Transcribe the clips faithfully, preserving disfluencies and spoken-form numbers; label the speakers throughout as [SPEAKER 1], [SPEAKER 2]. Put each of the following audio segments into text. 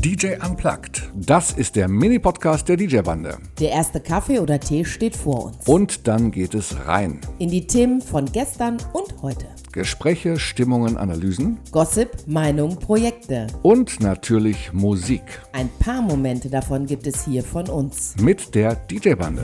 [SPEAKER 1] D J Unplugged. Das ist der Mini-Podcast der D J-Bande.
[SPEAKER 2] Der erste Kaffee oder Tee steht vor uns.
[SPEAKER 1] Und dann geht es rein.
[SPEAKER 2] In die Themen von gestern und heute.
[SPEAKER 1] Gespräche, Stimmungen, Analysen.
[SPEAKER 2] Gossip, Meinung, Projekte.
[SPEAKER 1] Und natürlich Musik.
[SPEAKER 2] Ein paar Momente davon gibt es hier von uns.
[SPEAKER 1] Mit der D J-Bande.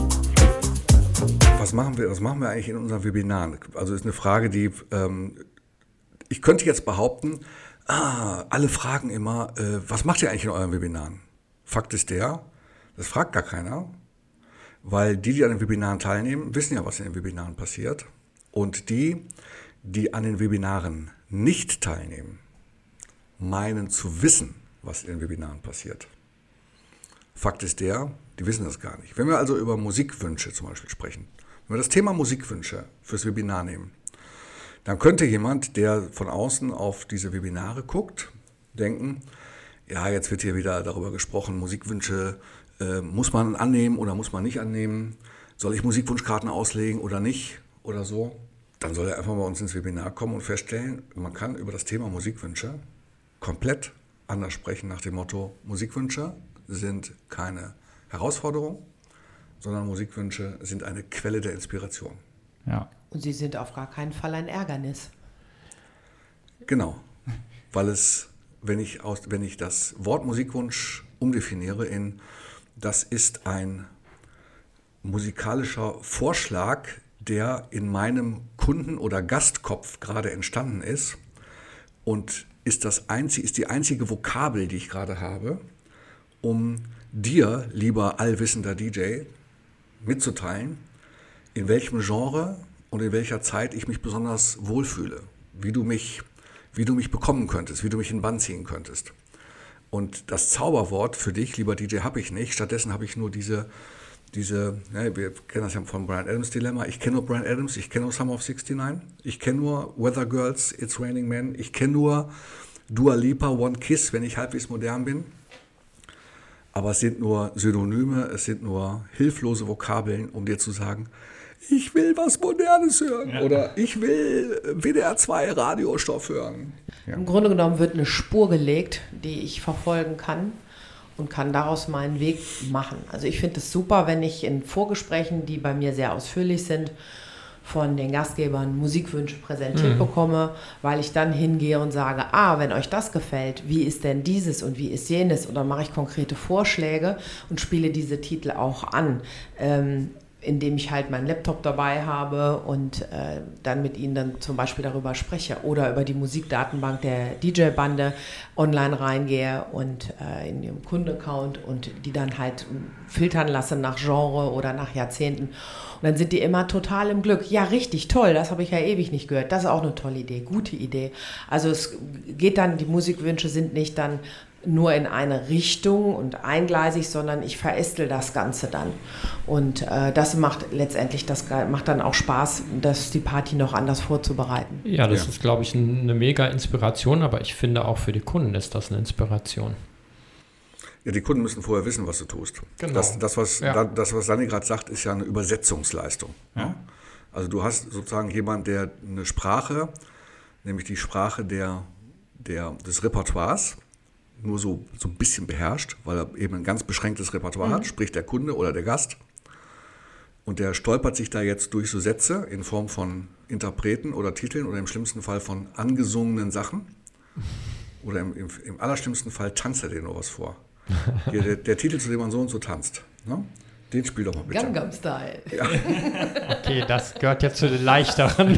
[SPEAKER 1] Was machen wir, was machen wir eigentlich in unseren Webinaren? Also ist eine Frage, die, ähm, ich könnte jetzt behaupten, ah, alle fragen immer, äh, was macht ihr eigentlich in euren Webinaren? Fakt ist der, das fragt gar keiner, weil die, die an den Webinaren teilnehmen, wissen ja, was in den Webinaren passiert. Und die, die an den Webinaren nicht teilnehmen, meinen zu wissen, was in den Webinaren passiert. Fakt ist der, die wissen das gar nicht. Wenn wir also über Musikwünsche zum Beispiel sprechen, wenn wir das Thema Musikwünsche fürs Webinar nehmen, dann könnte jemand, der von außen auf diese Webinare guckt, denken, ja, jetzt wird hier wieder darüber gesprochen, Musikwünsche äh, muss man annehmen oder muss man nicht annehmen, soll ich Musikwunschkarten auslegen oder nicht oder so. Dann soll er einfach bei uns ins Webinar kommen und feststellen, man kann über das Thema Musikwünsche komplett anders sprechen nach dem Motto, Musikwünsche sind keine Herausforderung, sondern Musikwünsche sind eine Quelle der Inspiration.
[SPEAKER 2] Ja. Und sie sind auf gar keinen Fall ein Ärgernis.
[SPEAKER 1] Genau, weil es, wenn ich, aus, wenn ich das Wort Musikwunsch umdefiniere in, das ist ein musikalischer Vorschlag, der in meinem Kunden- oder Gastkopf gerade entstanden ist und ist, das einzig, ist die einzige Vokabel, die ich gerade habe, um dir, lieber allwissender D J, mitzuteilen, in welchem Genre und in welcher Zeit ich mich besonders wohlfühle, wie du mich, wie du mich bekommen könntest, wie du mich in den Bann ziehen könntest. Und das Zauberwort für dich, lieber D J, habe ich nicht. Stattdessen habe ich nur diese, diese, ja, wir kennen das ja von Bryan Adams Dilemma. Ich kenne nur Bryan Adams, ich kenne nur Summer of sixty-nine, ich kenne nur Weather Girls, It's Raining Men, ich kenne nur Dua Lipa, One Kiss, wenn ich halbwegs modern bin. Aber es sind nur Synonyme, es sind nur hilflose Vokabeln, um dir zu sagen, ich will was Modernes hören ja. Oder ich will W D R zwei Radiostoff hören.
[SPEAKER 2] Ja. Im Grunde genommen wird eine Spur gelegt, die ich verfolgen kann und kann daraus meinen Weg machen. Also ich finde es super, wenn ich in Vorgesprächen, die bei mir sehr ausführlich sind, von den Gastgebern Musikwünsche präsentiert mhm. bekomme, weil ich dann hingehe und sage, ah, wenn euch das gefällt, wie ist denn dieses und wie ist jenes? Und dann mache ich konkrete Vorschläge und spiele diese Titel auch an, ähm, indem ich halt meinen Laptop dabei habe und äh, dann mit ihnen dann zum Beispiel darüber spreche oder über die Musikdatenbank der D J-Bande online reingehe und äh, in ihrem Kundenaccount und die dann halt filtern lasse nach Genre oder nach Jahrzehnten. Und dann sind die immer total im Glück. Ja, richtig, toll, das habe ich ja ewig nicht gehört. Das ist auch eine tolle Idee, gute Idee. Also es geht dann, die Musikwünsche sind nicht dann nur in eine Richtung und eingleisig, sondern ich verästel das Ganze dann. Und äh, das macht letztendlich, das macht dann auch Spaß, das die Party noch anders vorzubereiten.
[SPEAKER 3] Ja, das ja. ist, glaube ich, eine mega Inspiration, aber ich finde auch für die Kunden ist das eine Inspiration.
[SPEAKER 1] Ja, die Kunden müssen vorher wissen, was du tust.
[SPEAKER 3] Genau.
[SPEAKER 1] Das, das, was, ja. das, was Sani gerade sagt, ist ja eine Übersetzungsleistung.
[SPEAKER 3] Ja.
[SPEAKER 1] Also du hast sozusagen jemand, der eine Sprache, nämlich die Sprache der, der, des Repertoires, nur so, so ein bisschen beherrscht, weil er eben ein ganz beschränktes Repertoire mhm. hat, sprich der Kunde oder der Gast. Und der stolpert sich da jetzt durch so Sätze in Form von Interpreten oder Titeln oder im schlimmsten Fall von angesungenen Sachen. Oder im, im, im allerschlimmsten Fall tanzt er dir nur was vor. Hier, der, der Titel, zu dem man so und so tanzt. Ne? Den spiel doch mal bitte.
[SPEAKER 2] Gangnam Style.
[SPEAKER 1] Ja.
[SPEAKER 3] Okay, das gehört jetzt zu den leichteren.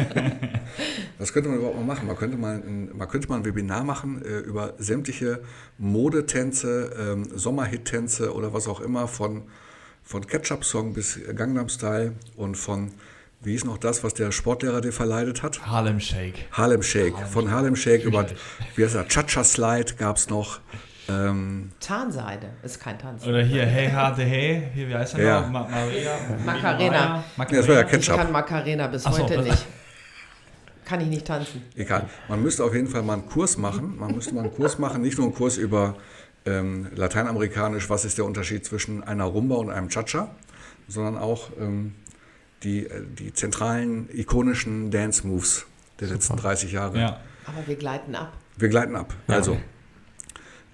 [SPEAKER 1] Das könnte man überhaupt mal machen. Man könnte mal ein, man könnte mal ein Webinar machen äh, über sämtliche Modetänze, ähm, Sommerhit-Tänze oder was auch immer, von, von Ketchup-Song bis Gangnam Style und von, wie hieß noch das, was der Sportlehrer dir verleidet hat?
[SPEAKER 4] Harlem Shake.
[SPEAKER 1] Harlem Shake. Harlem von Harlem Shake Shake über, wie heißt der, Cha-Cha-Slide gab es noch. Ähm,
[SPEAKER 2] Zahnseide ist kein Tanz.
[SPEAKER 4] Oder hier, hey, harte, hey, hier, wie heißt der
[SPEAKER 1] ja.
[SPEAKER 4] noch? Ma- Maria?
[SPEAKER 2] Macarena.
[SPEAKER 1] Ja, das war ja Ketchup.
[SPEAKER 2] Ich kann Macarena bis
[SPEAKER 4] Ach so,
[SPEAKER 2] heute
[SPEAKER 4] das
[SPEAKER 2] nicht. Kann ich nicht tanzen.
[SPEAKER 1] Egal. Man müsste auf jeden Fall mal einen Kurs machen. Man müsste mal einen Kurs machen, nicht nur einen Kurs über ähm, Lateinamerikanisch, was ist der Unterschied zwischen einer Rumba und einem Cha-Cha, sondern auch ähm, die, die zentralen, ikonischen Dance-Moves der Super. letzten dreißig Jahre.
[SPEAKER 4] Ja.
[SPEAKER 2] Aber wir gleiten ab.
[SPEAKER 1] Wir gleiten ab.
[SPEAKER 3] Ja.
[SPEAKER 1] Also,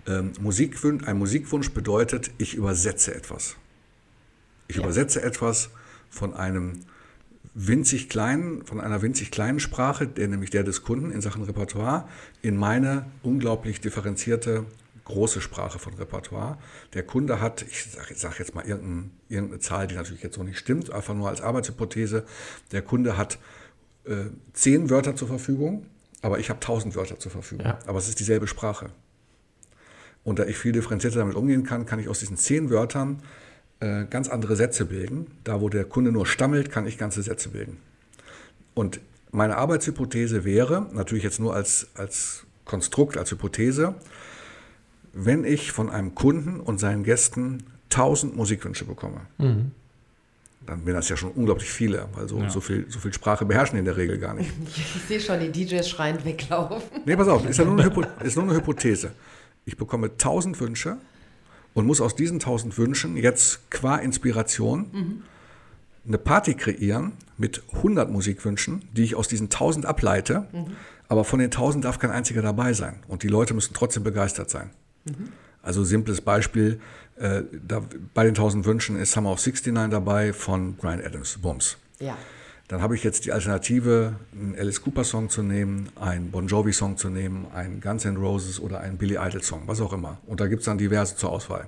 [SPEAKER 1] Ähm, Musikwün- ein Musikwunsch bedeutet, ich übersetze etwas. Ich
[SPEAKER 2] Ja.
[SPEAKER 1] übersetze etwas von einem winzig kleinen, von einer winzig kleinen Sprache, der nämlich der des Kunden in Sachen Repertoire, in meine unglaublich differenzierte große Sprache von Repertoire. Der Kunde hat, ich sage sag jetzt mal irgendein, irgendeine Zahl, die natürlich jetzt so nicht stimmt, einfach nur als Arbeitshypothese, der Kunde hat äh, zehn Wörter zur Verfügung, aber ich habe tausend Wörter zur Verfügung.
[SPEAKER 3] Ja.
[SPEAKER 1] Aber es ist dieselbe Sprache. Und da ich viel differenzierter damit umgehen kann, kann ich aus diesen zehn Wörtern äh, ganz andere Sätze bilden. Da, wo der Kunde nur stammelt, kann ich ganze Sätze bilden. Und meine Arbeitshypothese wäre, natürlich jetzt nur als, als Konstrukt, als Hypothese, wenn ich von einem Kunden und seinen Gästen tausend Musikwünsche bekomme, mhm. dann wären das ja schon unglaublich viele, weil so,
[SPEAKER 4] Ja.
[SPEAKER 1] so, viel, so viel Sprache beherrschen die in der Regel gar nicht.
[SPEAKER 2] Ich sehe schon die D Js schreiend weglaufen.
[SPEAKER 1] Nee, pass auf, ist ja nur eine, Hypo, ist nur eine Hypothese. Ich bekomme tausend Wünsche und muss aus diesen tausend Wünschen jetzt qua Inspiration mhm. eine Party kreieren mit hundert Musikwünschen, die ich aus diesen tausend ableite, mhm. aber von den tausend darf kein einziger dabei sein und die Leute müssen trotzdem begeistert sein. Mhm. Also simples Beispiel, äh, da, bei den tausend Wünschen ist Summer of sixty-nine dabei von Bryan Adams, Bums.
[SPEAKER 2] Ja.
[SPEAKER 1] Dann habe ich jetzt die Alternative, einen Alice Cooper-Song zu nehmen, einen Bon Jovi-Song zu nehmen, einen Guns N' Roses oder einen Billy Idol-Song, was auch immer. Und da gibt es dann diverse zur Auswahl.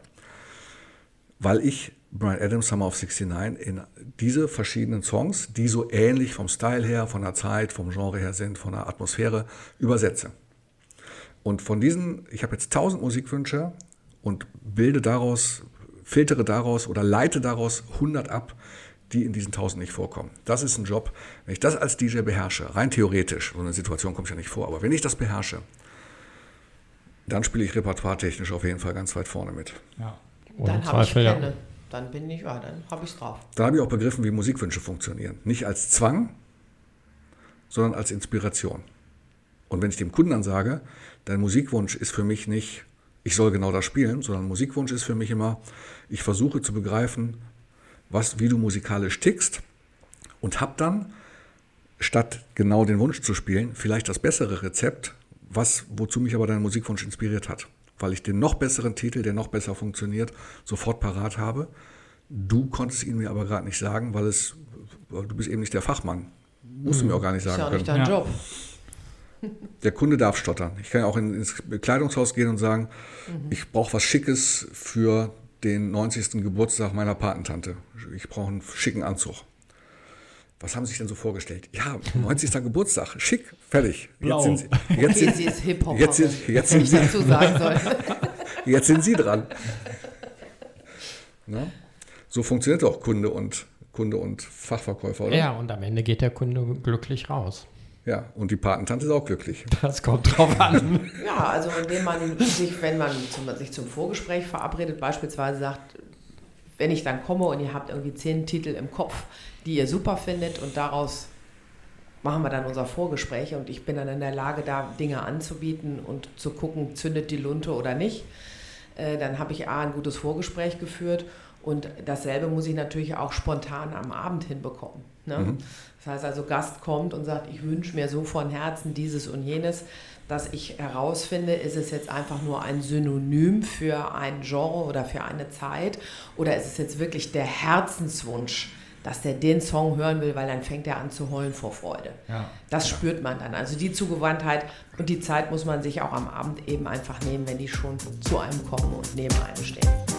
[SPEAKER 1] Weil ich Bryan Adams, Summer of sixty-nine, in diese verschiedenen Songs, die so ähnlich vom Style her, von der Zeit, vom Genre her sind, von der Atmosphäre, übersetze. Und von diesen, ich habe jetzt tausend Musikwünsche und bilde daraus, filtere daraus oder leite daraus hundert ab, die in diesen tausend nicht vorkommen. Das ist ein Job, wenn ich das als D J beherrsche, rein theoretisch, so eine Situation kommt ja nicht vor, aber wenn ich das beherrsche, dann spiele ich repertoiretechnisch auf jeden Fall ganz weit vorne mit.
[SPEAKER 4] Ja.
[SPEAKER 2] Dann habe ich keine. Dann bin ich, ja, dann habe ich es drauf.
[SPEAKER 1] Dann habe ich auch begriffen, wie Musikwünsche funktionieren. Nicht als Zwang, sondern als Inspiration. Und wenn ich dem Kunden dann sage, dein Musikwunsch ist für mich nicht, ich soll genau das spielen, sondern Musikwunsch ist für mich immer, ich versuche zu begreifen, was, wie du musikalisch tickst und habe dann, statt genau den Wunsch zu spielen, vielleicht das bessere Rezept, was, wozu mich aber dein Musikwunsch inspiriert hat. Weil ich den noch besseren Titel, der noch besser funktioniert, sofort parat habe. Du konntest ihn mir aber gerade nicht sagen, weil es, du bist eben nicht der Fachmann. Musst du mir auch gar nicht sagen
[SPEAKER 2] Ist ja auch nicht
[SPEAKER 1] können.
[SPEAKER 2] dein
[SPEAKER 4] Ja.
[SPEAKER 2] Job.
[SPEAKER 1] Der Kunde darf stottern. Ich kann ja auch in, ins Bekleidungshaus gehen und sagen, mhm. ich brauche was Schickes für den neunzigsten Geburtstag meiner Patentante. Ich brauche einen schicken Anzug. Was haben Sie sich denn so vorgestellt? Ja, neunzigsten Geburtstag, schick, fertig. Jetzt
[SPEAKER 4] Blau.
[SPEAKER 1] sind Sie, jetzt
[SPEAKER 2] Okay,
[SPEAKER 1] sind,
[SPEAKER 2] sie ist Hip-Hop.
[SPEAKER 1] jetzt sind, jetzt sind
[SPEAKER 2] ich
[SPEAKER 1] Sie,
[SPEAKER 2] dazu sagen soll.
[SPEAKER 1] jetzt sind Sie dran. Na? So funktioniert auch Kunde und, Kunde und Fachverkäufer, oder?
[SPEAKER 3] Ja, und am Ende geht der Kunde glücklich raus.
[SPEAKER 1] Ja, und die Patentante ist auch glücklich.
[SPEAKER 3] Das kommt drauf an.
[SPEAKER 2] Ja, also indem man sich, wenn man zum, sich zum Vorgespräch verabredet, beispielsweise sagt, wenn ich dann komme und ihr habt irgendwie zehn Titel im Kopf, die ihr super findet und daraus machen wir dann unser Vorgespräch und ich bin dann in der Lage, da Dinge anzubieten und zu gucken, zündet die Lunte oder nicht, äh, dann habe ich A, ein gutes Vorgespräch geführt und dasselbe muss ich natürlich auch spontan am Abend hinbekommen. Ne? Mhm. Das heißt also, Gast kommt und sagt, ich wünsche mir so von Herzen dieses und jenes, dass ich herausfinde, ist es jetzt einfach nur ein Synonym für ein Genre oder für eine Zeit oder ist es jetzt wirklich der Herzenswunsch, dass der den Song hören will, weil dann fängt er an zu heulen vor Freude.
[SPEAKER 4] Ja.
[SPEAKER 2] Das spürt man dann. Also die Zugewandtheit und die Zeit muss man sich auch am Abend eben einfach nehmen, wenn die schon zu einem kommen und neben einem stehen.